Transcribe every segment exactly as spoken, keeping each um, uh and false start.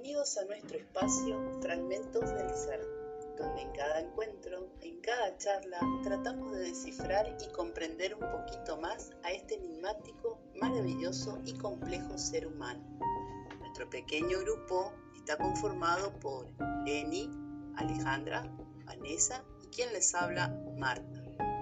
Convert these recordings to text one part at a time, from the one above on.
Bienvenidos a nuestro espacio Fragmentos del Ser, donde en cada encuentro, en cada charla, tratamos de descifrar y comprender un poquito más a este enigmático, maravilloso y complejo ser humano. Nuestro pequeño grupo está conformado por Eni, Alejandra, Vanessa y quien les habla, Marta.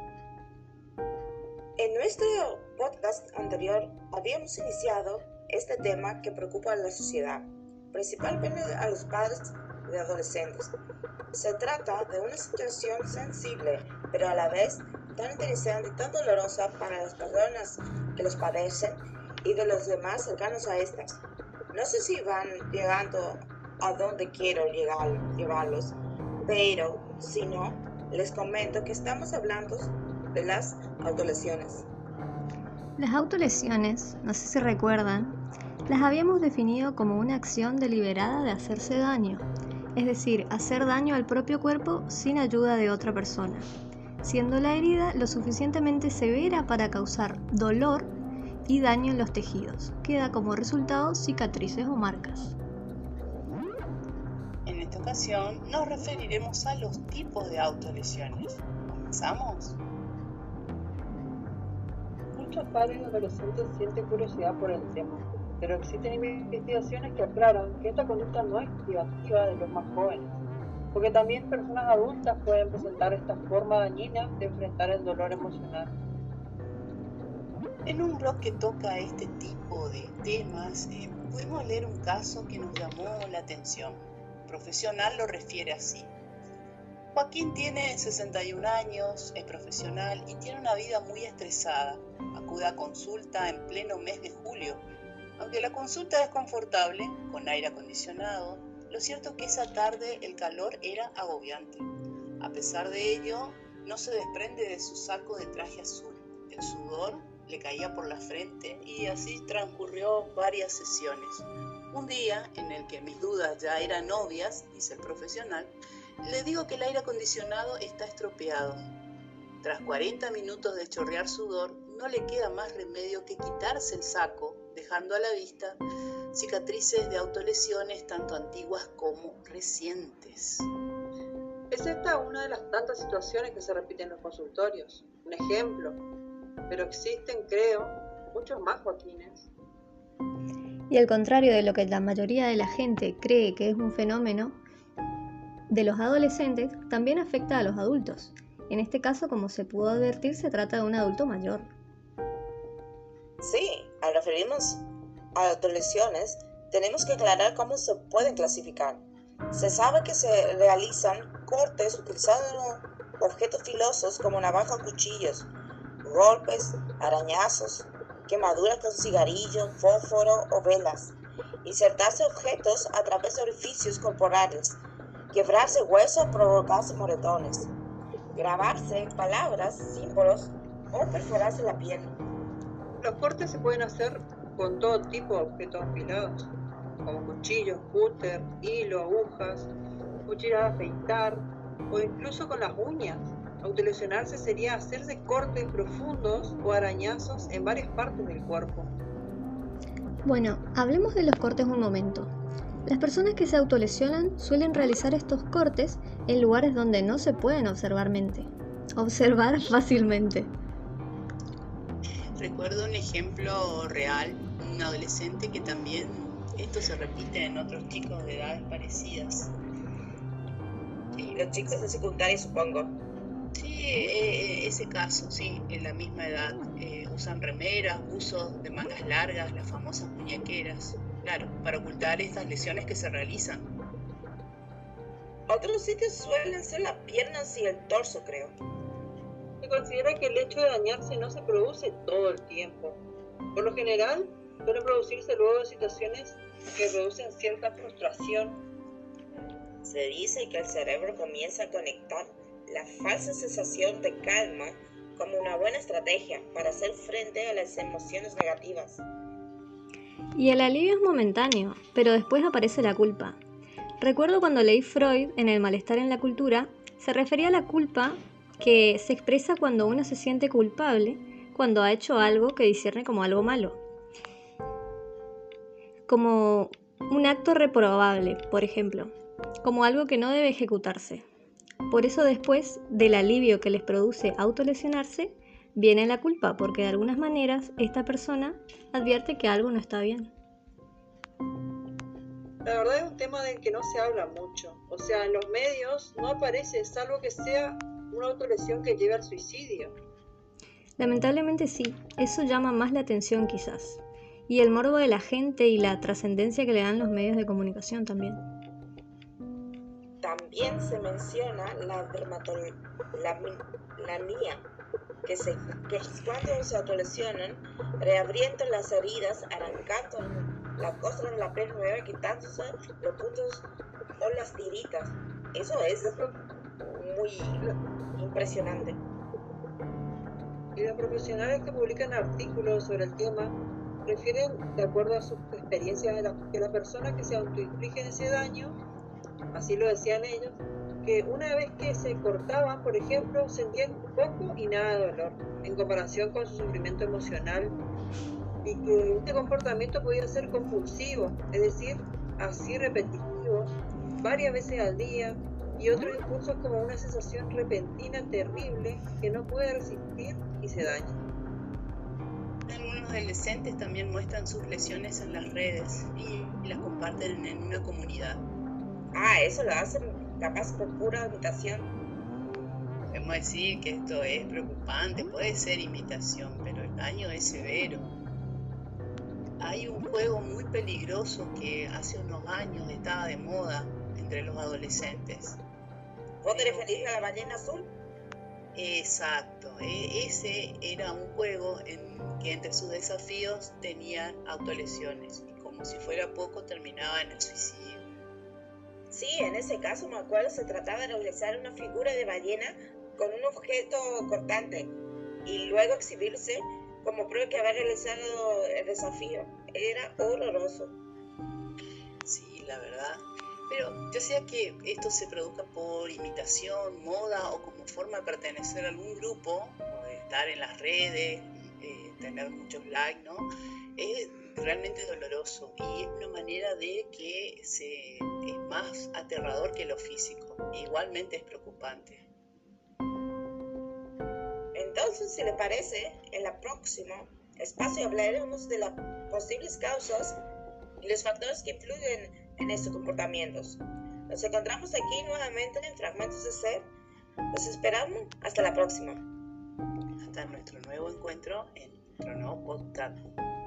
En nuestro podcast anterior habíamos iniciado este tema que preocupa a la sociedad, principalmente a los padres de adolescentes. Se trata de una situación sensible, pero a la vez tan interesante y tan dolorosa para las personas que los padecen y de los demás cercanos a estas. No sé si van llegando a donde quiero llegar, llevarlos, pero si no, les comento que estamos hablando de las autolesiones. Las autolesiones, no sé si recuerdan, las habíamos definido como una acción deliberada de hacerse daño, es decir, hacer daño al propio cuerpo sin ayuda de otra persona, siendo la herida lo suficientemente severa para causar dolor y daño en los tejidos, que da como resultado cicatrices o marcas. En esta ocasión nos referiremos a los tipos de autolesiones. ¿Comenzamos? Muchos padres y adolescentes sienten curiosidad por el tema, pero existen investigaciones que aclaran que esta conducta no es privativa de los más jóvenes, porque también personas adultas pueden presentar esta forma dañina de enfrentar el dolor emocional. En un blog que toca este tipo de temas, eh, pudimos leer un caso que nos llamó la atención. Un profesional lo refiere así. Joaquín tiene sesenta y un años, es profesional y tiene una vida muy estresada. Acude a consulta en pleno mes de julio. Aunque la consulta es confortable, con aire acondicionado, lo cierto es que esa tarde el calor era agobiante. A pesar de ello, no se desprende de su saco de traje azul. El sudor le caía por la frente y así transcurrió varias sesiones. Un día en el que mis dudas ya eran obvias, dice el profesional, le digo que el aire acondicionado está estropeado. Tras cuarenta minutos de chorrear sudor, no le queda más remedio que quitarse el saco, dejando a la vista cicatrices de autolesiones tanto antiguas como recientes. Es esta una de las tantas situaciones que se repiten en los consultorios, un ejemplo, pero existen, creo, muchos más Joaquines. Y al contrario de lo que la mayoría de la gente cree que es un fenómeno de los adolescentes, también afecta a los adultos. En este caso, como se pudo advertir, se trata de un adulto mayor. Sí, al referirnos a autolesiones, tenemos que aclarar cómo se pueden clasificar. Se sabe que se realizan cortes utilizando objetos filosos como navajas o cuchillos, golpes, arañazos, quemaduras con cigarrillo, fósforo o velas, insertarse objetos a través de orificios corporales, quebrarse huesos o provocarse moretones, grabarse palabras, símbolos o perforarse la piel. Los cortes se pueden hacer con todo tipo de objetos afilados, como cuchillos, cúter, hilo, agujas, cuchillas de afeitar o incluso con las uñas. Autolesionarse sería hacerse cortes profundos o arañazos en varias partes del cuerpo. Bueno, hablemos de los cortes un momento. Las personas que se autolesionan suelen realizar estos cortes en lugares donde no se pueden observar, mente, observar fácilmente. Recuerdo un ejemplo real, un adolescente que también, esto se repite en otros chicos de edades parecidas. Sí, los chicos de secundaria, supongo. Sí, eh, ese caso, sí, en la misma edad. Eh, usan remeras, buzos de mangas largas, las famosas muñequeras, claro, para ocultar estas lesiones que se realizan. Otros sitios suelen ser las piernas y el torso, creo. Se considera que el hecho de dañarse no se produce todo el tiempo. Por lo general, suele producirse luego de situaciones que producen cierta frustración. Se dice que el cerebro comienza a conectar la falsa sensación de calma como una buena estrategia para hacer frente a las emociones negativas. Y el alivio es momentáneo, pero después aparece la culpa. Recuerdo cuando leí Freud en El malestar en la cultura, se refería a la culpa que se expresa cuando uno se siente culpable cuando ha hecho algo que discierne como algo malo. Como Un acto reprobable, por ejemplo, como algo que no debe ejecutarse. Por eso después del alivio que les produce autolesionarse, viene la culpa, porque de algunas maneras esta persona advierte que algo no está bien. La verdad es un tema del que no se habla mucho. O sea, en los medios no aparece, salvo que sea una autolesión que lleve al suicidio. Lamentablemente sí, eso llama más la atención quizás. Y el morbo de la gente y la trascendencia que le dan los medios de comunicación también. También se menciona la dermatología, que, se, que es cuando se autolesionan, reabriendo las heridas, arrancando la costra de la piel nueva, quitándose los puntos o las tiritas. Eso es muy impresionante. Y los profesionales que publican artículos sobre el tema refieren, de acuerdo a sus experiencias, de la, que la persona que se autoinflige ese daño, así lo decían ellos, que una vez que se cortaban, por ejemplo, sentían poco y nada de dolor en comparación con su sufrimiento emocional, y que este comportamiento podía ser compulsivo, es decir, así repetitivo, varias veces al día, y otros impulsos como una sensación repentina terrible que no puede resistir y se daña. Algunos adolescentes también muestran sus lesiones en las redes y las comparten en una comunidad. Ah, eso lo hacen capaz por pura imitación. Podemos decir que esto es preocupante, puede ser imitación, pero el daño es severo. Hay un juego muy peligroso que hace unos años estaba de moda entre los adolescentes. ¿Vos te referís a la ballena azul? Exacto, e- ese era un juego en que entre sus desafíos tenían autolesiones y como si fuera poco terminaba en el suicidio. Sí, en ese caso me acuerdo se trataba de realizar una figura de ballena con un objeto cortante y luego exhibirse como prueba que había realizado el desafío. Era horroroso. Sí, la verdad. Pero ya sea que esto se produzca por imitación, moda o como forma de pertenecer a algún grupo, o de estar en las redes, eh, tener muchos likes, ¿no? Es realmente doloroso y es una manera de que se, es más aterrador que lo físico. Igualmente es preocupante. Entonces, si le parece, en la próxima espacio hablaremos de las posibles causas y los factores que influyen en estos comportamientos. Nos encontramos aquí nuevamente en Fragmentos de Ser. Los esperamos hasta la próxima. Hasta nuestro nuevo encuentro en nuestro nuevo podcast.